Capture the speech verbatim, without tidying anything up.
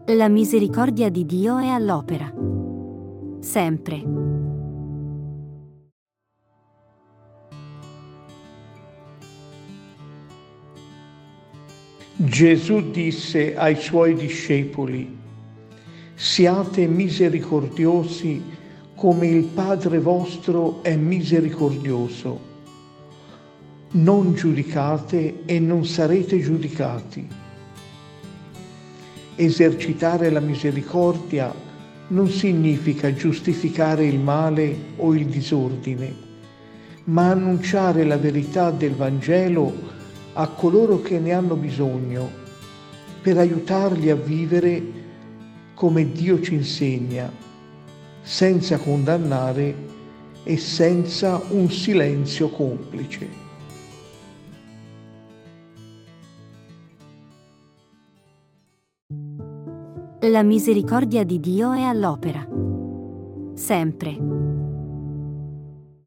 La misericordia di Dio è all'opera. Sempre. Gesù disse ai suoi discepoli: siate misericordiosi come il Padre vostro è misericordioso. Non giudicate e non sarete giudicati. Esercitare la misericordia non significa giustificare il male o il disordine, ma annunciare la verità del Vangelo a coloro che ne hanno bisogno, per aiutarli a vivere come Dio ci insegna, senza condannare e senza un silenzio complice. La misericordia di Dio è all'opera. Sempre.